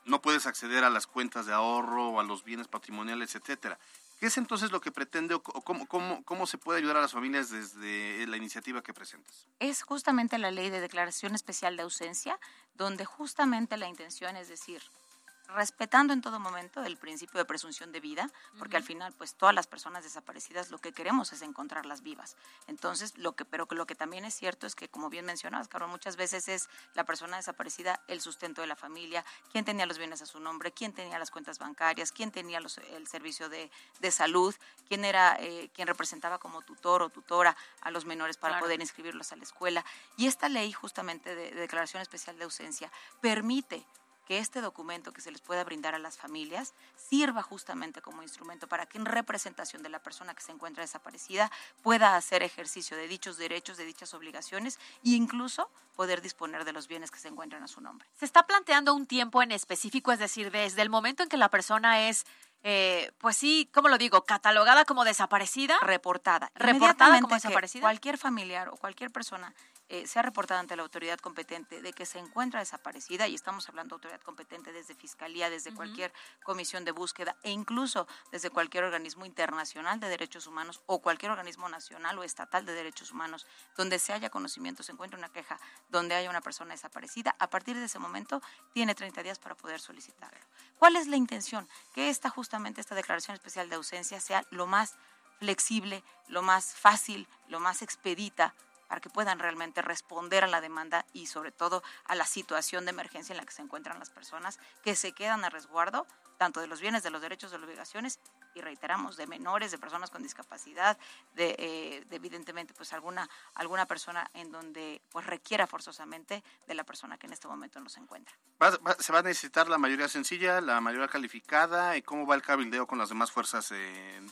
no puedes acceder a las cuentas de ahorro o a los bienes patrimoniales, etcétera. ¿Qué es entonces lo que pretende o cómo, cómo, cómo se puede ayudar a las familias desde la iniciativa que presentas? Es justamente la ley de declaración especial de ausencia, donde justamente la intención es decir, respetando en todo momento el principio de presunción de vida, porque uh-huh. al final, pues todas las personas desaparecidas lo que queremos es encontrarlas vivas. Entonces, lo que, pero que lo que también es cierto es que, como bien mencionabas, Carol, muchas veces es la persona desaparecida el sustento de la familia, quién tenía los bienes a su nombre, quién tenía las cuentas bancarias, quién tenía los, el servicio de, de salud, quién era eh, quien representaba como tutor o tutora a los menores para claro. poder inscribirlos a la escuela. Y esta ley justamente de, de declaración especial de ausencia permite que este documento que se les pueda brindar a las familias sirva justamente como instrumento para que en representación de la persona que se encuentra desaparecida pueda hacer ejercicio de dichos derechos, de dichas obligaciones e incluso poder disponer de los bienes que se encuentran a su nombre. ¿Se está planteando un tiempo en específico, es decir, desde el momento en que la persona es, eh, pues sí, ¿cómo lo digo?, catalogada como desaparecida? Reportada. Reportada como desaparecida. Cualquier familiar o cualquier persona Eh, sea reportada ante la autoridad competente de que se encuentra desaparecida, y estamos hablando de autoridad competente desde Fiscalía, desde uh-huh. cualquier comisión de búsqueda e incluso desde cualquier organismo internacional de derechos humanos o cualquier organismo nacional o estatal de derechos humanos, donde se haya conocimiento, se encuentre una queja, donde haya una persona desaparecida, a partir de ese momento tiene treinta días para poder solicitarlo. ¿Cuál es la intención? Que esta justamente esta declaración especial de ausencia sea lo más flexible, lo más fácil, lo más expedita, para que puedan realmente responder a la demanda y sobre todo a la situación de emergencia en la que se encuentran las personas que se quedan a resguardo tanto de los bienes, de los derechos, de las obligaciones y reiteramos, de menores, de personas con discapacidad, de, eh, de evidentemente pues alguna, alguna persona en donde pues requiera forzosamente de la persona que en este momento no se encuentra. ¿Va, va, ¿Se va a necesitar la mayoría sencilla, la mayoría calificada? ¿Y cómo va el cabildeo con las demás fuerzas eh,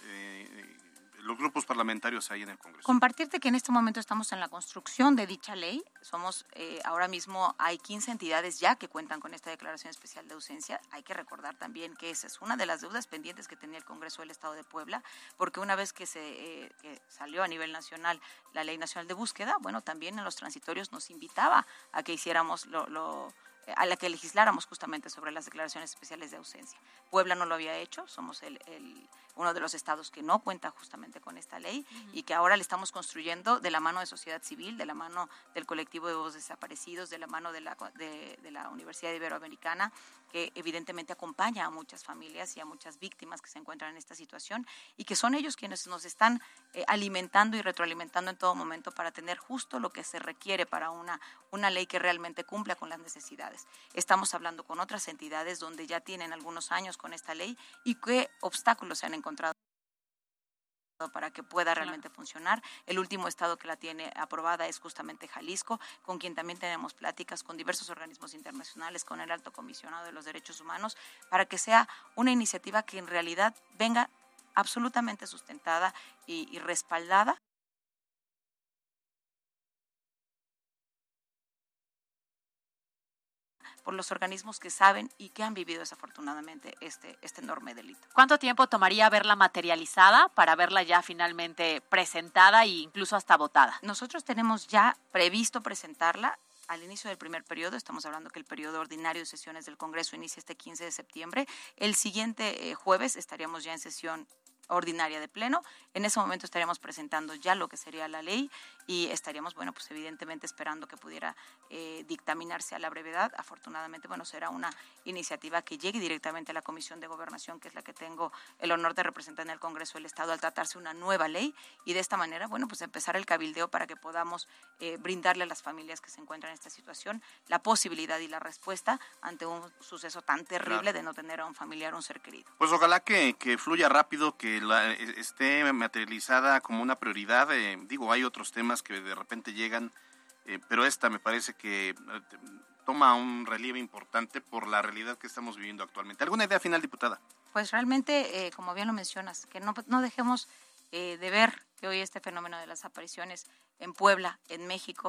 eh, los grupos parlamentarios ahí en el Congreso? Compartirte que en este momento estamos en la construcción de dicha ley. Somos, eh, ahora mismo hay quince entidades ya que cuentan con esta declaración especial de ausencia. Hay que recordar también que esa es una de las deudas pendientes que tenía el Congreso del Estado de Puebla, porque una vez que se eh, que salió a nivel nacional la Ley Nacional de Búsqueda, bueno, también en los transitorios nos invitaba a que hiciéramos lo... lo a la que legisláramos justamente sobre las declaraciones especiales de ausencia. Puebla no lo había hecho, somos el, el, uno de los estados que no cuenta justamente con esta ley uh-huh. y que ahora le estamos construyendo de la mano de sociedad civil, de la mano del colectivo de voz desaparecidos, de la mano de la, de, de la Universidad Iberoamericana, que evidentemente acompaña a muchas familias y a muchas víctimas que se encuentran en esta situación y que son ellos quienes nos están eh, alimentando y retroalimentando en todo momento para tener justo lo que se requiere para una, una ley que realmente cumpla con las necesidades. Estamos hablando con otras entidades donde ya tienen algunos años con esta ley y qué obstáculos se han encontrado para que pueda realmente claro. funcionar. El último estado que la tiene aprobada es justamente Jalisco, con quien también tenemos pláticas con diversos organismos internacionales, con el Alto Comisionado de los Derechos Humanos, para que sea una iniciativa que en realidad venga absolutamente sustentada y, y respaldada por los organismos que saben y que han vivido desafortunadamente este, este enorme delito. ¿Cuánto tiempo tomaría verla materializada para verla ya finalmente presentada e incluso hasta votada? Nosotros tenemos ya previsto presentarla al inicio del primer periodo. Estamos hablando que el periodo ordinario de sesiones del Congreso inicia este quince de septiembre. El siguiente eh, jueves estaríamos ya en sesión ordinaria de pleno. En ese momento estaríamos presentando ya lo que sería la ley y estaríamos, bueno, pues evidentemente esperando que pudiera eh, dictaminarse a la brevedad. Afortunadamente, bueno, será una iniciativa que llegue directamente a la Comisión de Gobernación, que es la que tengo el honor de representar en el Congreso del Estado, al tratarse una nueva ley y de esta manera, bueno, pues empezar el cabildeo para que podamos eh, brindarle a las familias que se encuentran en esta situación la posibilidad y la respuesta ante un suceso tan terrible claro. de no tener a un familiar o un ser querido. Pues ojalá que, que fluya rápido, que la, esté materializada como una prioridad. Eh, digo, hay otros temas que de repente llegan, eh, pero esta me parece que eh, toma un relieve importante por la realidad que estamos viviendo actualmente. ¿Alguna idea final, diputada? Pues realmente, eh, como bien lo mencionas, que no, no dejemos eh, de ver que hoy este fenómeno de las apariciones en Puebla, en México,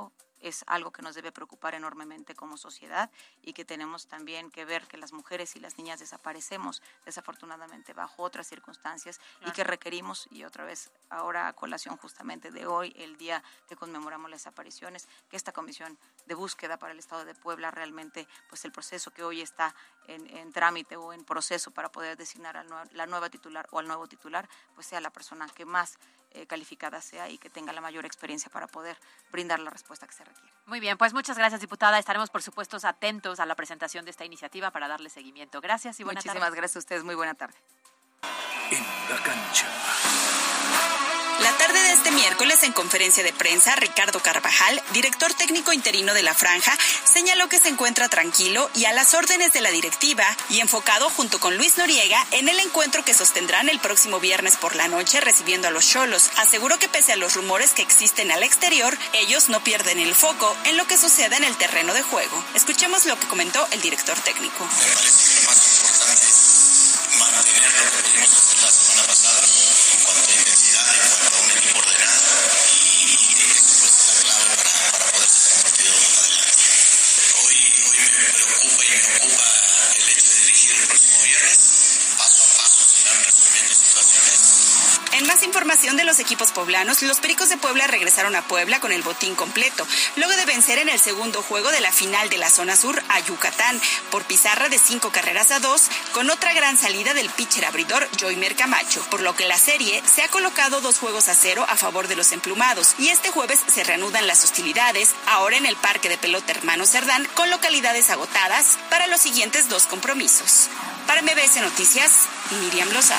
es algo que nos debe preocupar enormemente como sociedad y que tenemos también que ver que las mujeres y las niñas desaparecemos desafortunadamente bajo otras circunstancias y que requerimos, y otra vez ahora a colación justamente de hoy, el día que conmemoramos las desapariciones, que esta comisión de búsqueda para el Estado de Puebla realmente, pues el proceso que hoy está en, en trámite o en proceso para poder designar a la nueva titular o al nuevo titular, pues sea la persona que más eh, calificada sea y que tenga la mayor experiencia para poder brindar la respuesta que se requiere. Muy bien, pues muchas gracias, diputada. Estaremos, por supuesto, atentos a la presentación de esta iniciativa para darle seguimiento. Gracias y buena tarde. Muchísimas gracias a ustedes. Muy buena tarde. En la cancha. La tarde de este miércoles, en conferencia de prensa, Ricardo Carvajal, director técnico interino de la Franja, señaló que se encuentra tranquilo y a las órdenes de la directiva y enfocado junto con Luis Noriega en el encuentro que sostendrán el próximo viernes por la noche recibiendo a los Xolos. Aseguró que pese a los rumores que existen al exterior, ellos no pierden el foco en lo que sucede en el terreno de juego. Escuchemos lo que comentó el director técnico. Me parece que lo más importante es mantener lo que pudimos hacer la semana pasada en cuanto a intensidad, en cuanto a un equipo ordenado, y, y que eso fue la clave para, para poder sacar un partido adelante. Hoy, hoy me preocupa y me ocupa el hecho de dirigir el próximo viernes. Paso a paso se irán resolviendo situaciones. En más información de los equipos poblanos, los Pericos de Puebla regresaron a Puebla con el botín completo, luego de vencer en el segundo juego de la final de la zona sur a Yucatán por pizarra de cinco carreras a dos, con otra gran salida del pitcher abridor Joymer Camacho, por lo que la serie se ha colocado dos juegos a cero a favor de los emplumados, y este jueves se reanudan las hostilidades, ahora en el Parque de Pelota Hermano Cerdán, con localidades agotadas para los siguientes dos compromisos. Para M B S Noticias, Miriam Lozada.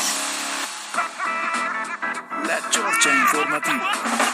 La Chorcha Informativa.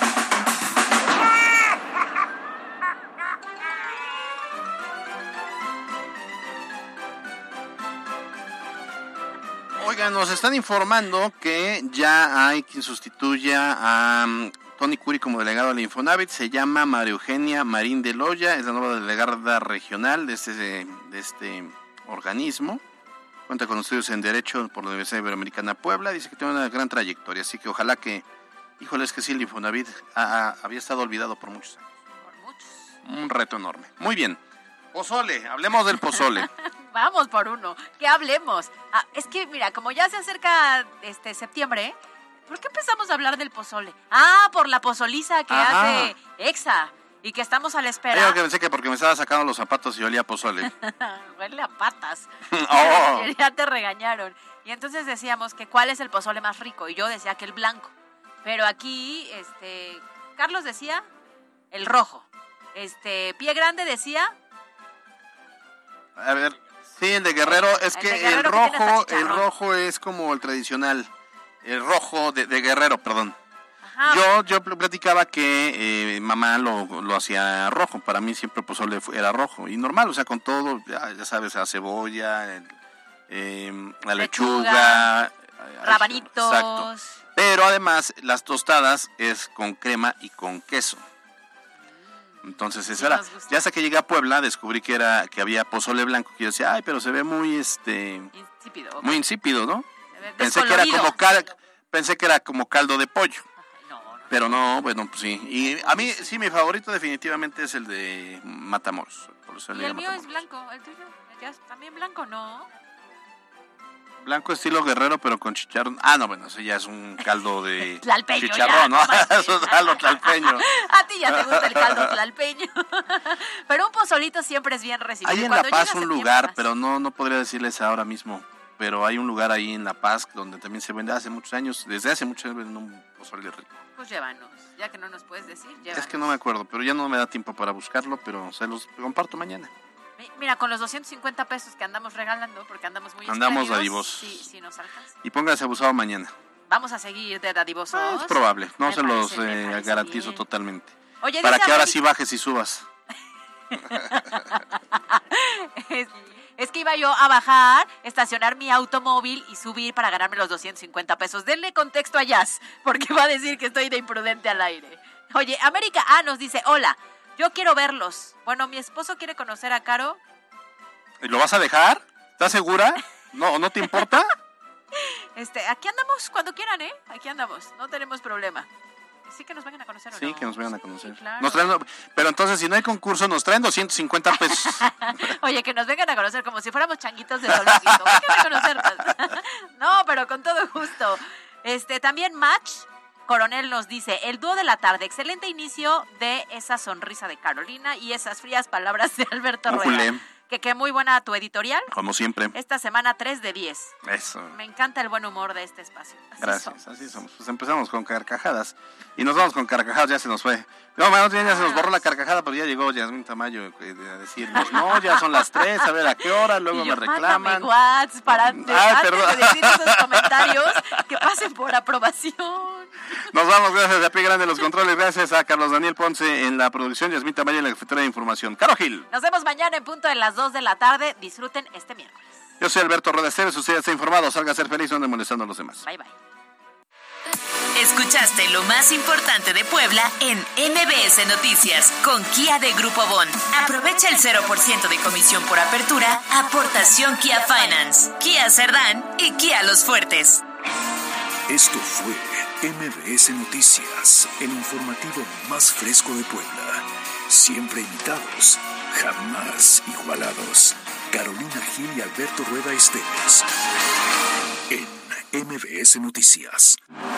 Oigan, nos están informando que ya hay quien sustituya a um, Tony Curi como delegado de la Infonavit. Se llama María Eugenia Marín de Loya, es la nueva delegada regional de este, de este organismo. Cuenta con estudios en Derecho por la Universidad Iberoamericana Puebla. Dice que tiene una gran trayectoria, así que ojalá que, híjole, es que sí, el Infonavit ha, ha, había estado olvidado por muchos años. Por muchos. Un reto enorme. Muy bien. Pozole, hablemos del pozole. Vamos por uno, que hablemos. Ah, es que, mira, como ya se acerca este septiembre, ¿por qué empezamos a hablar del pozole? Ah, por la pozoliza que Ajá. hace Exa y que estamos a la espera. Yo que pensé que porque me estaba sacando los zapatos y olía a pozole. Huele a patas. Oh. Ya te regañaron. Y entonces decíamos que cuál es el pozole más rico. Y yo decía que el blanco. Pero aquí, este, Carlos decía el rojo. Este, Pie Grande decía... A ver, sí, el de Guerrero, es El que de Guerrero el que tiene hasta rojo, el chicharrón. rojo es como el tradicional. El rojo de, de Guerrero, perdón. Ajá. Yo yo pl- platicaba que eh, mamá lo, lo hacía rojo. Para mí siempre el pozole fu- era rojo. Y normal, o sea, con todo, ya, ya sabes, la cebolla, el, eh, la lechuga, Lechuga, rabanitos. Exacto. Pero además, las tostadas es con crema y con queso. Entonces eso Sí, era. nos gusta. Ya hasta que llegué a Puebla descubrí que era que había pozole blanco. Que yo decía, ay, pero se ve muy este Insípido. ok. muy insípido, ¿no? Des- Pensé que era descolorido. como cal, pensé que era como caldo de pollo. Pero no, bueno, pues sí. Y a mí sí, mi favorito definitivamente es el de Matamoros. Por eso le Y el llamo mío es Matamoros. blanco. El tuyo ya es también blanco, ¿no? Blanco estilo Guerrero, pero con chicharrón. Ah, no, bueno, ese ya es un caldo de Tlalpeño, ya, chicharrón, ¿no? no manches. Es un caldo tlalpeño. A ti ya te gusta el caldo tlalpeño. Pero un pozolito siempre es bien recibido. Hay en Cuando La Paz llega un septiembre lugar, más. pero no no podría decirles ahora mismo. Pero hay un lugar ahí en La Paz donde también se vende hace muchos años, desde hace muchos años venden un pozole rico. Pues llévanos, ya que no nos puedes decir, llévanos. Es que no me acuerdo, pero ya no me da tiempo para buscarlo, pero se los comparto mañana. Mi- Mira, con los doscientos cincuenta pesos que andamos regalando, porque andamos muy Andamos espléndidos, dadivosos. Sí, sí nos alcanza. Y póngase abusado mañana. Vamos a seguir de dadivosos. Ah, es probable, no Me se los parece, me eh, parece garantizo bien. totalmente. Oye, para dice que ahora América- sí bajes y subas. es, es que iba yo a bajar, estacionar mi automóvil y subir para ganarme los doscientos cincuenta pesos. Denle contexto a Jazz, porque va a decir que estoy de imprudente al aire. Oye, América A nos dice, hola, yo quiero verlos. Bueno, mi esposo quiere conocer a Caro. ¿Lo vas a dejar? ¿Estás segura? ¿No, no te importa? Este, aquí andamos cuando quieran, ¿eh? Aquí andamos, no tenemos problema. Sí, que nos vengan a conocer, ¿o Sí, no? que nos vengan a conocer. Sí, claro. Nos traen, pero entonces, si no hay concurso, nos traen doscientos cincuenta pesos. Oye, que nos vengan a conocer como si fuéramos changuitos de zoológico. Vengan a conocernos. No, pero con todo gusto. Este, también Match Coronel nos dice, el dúo de la tarde, excelente inicio de esa sonrisa de Carolina y esas frías palabras de Alberto Rueda. Ujule. Que qué muy buena tu editorial. Como siempre. Esta semana tres de diez. Eso. Me encanta el buen humor de este espacio. Así Gracias, somos. así somos. Pues empezamos con carcajadas y nos vamos con carcajadas, ya se nos fue. No, más bien ya se nos borró la carcajada, pero ya llegó Yasmín Tamayo eh, a decirnos, no, ya son las tres, a ver a qué hora, luego Y yo, me reclaman. mándame WhatsApp para antes, Ay, antes perdón. de decir esos comentarios que pasen por aprobación. Nos vamos, gracias a Pie Grande los controles, gracias a Carlos Daniel Ponce en la producción, Yasmín Tamayo en la jefatura de información. Caro Gil. Nos vemos mañana en punto de las dos de la tarde. Disfruten este miércoles. Yo soy Alberto Rueda Esteves, usted está informado, salga a ser feliz, no ande molestando a los demás. Bye, bye. Escuchaste lo más importante de Puebla en M B S Noticias con Kia de Grupo Bon. Aprovecha el cero por ciento de comisión por apertura, aportación Kia Finance, Kia Cerdán y Kia Los Fuertes. Esto fue M B S Noticias, el informativo más fresco de Puebla. Siempre invitados, jamás igualados. Carolina Gil y Alberto Rueda Esteves en M B S Noticias.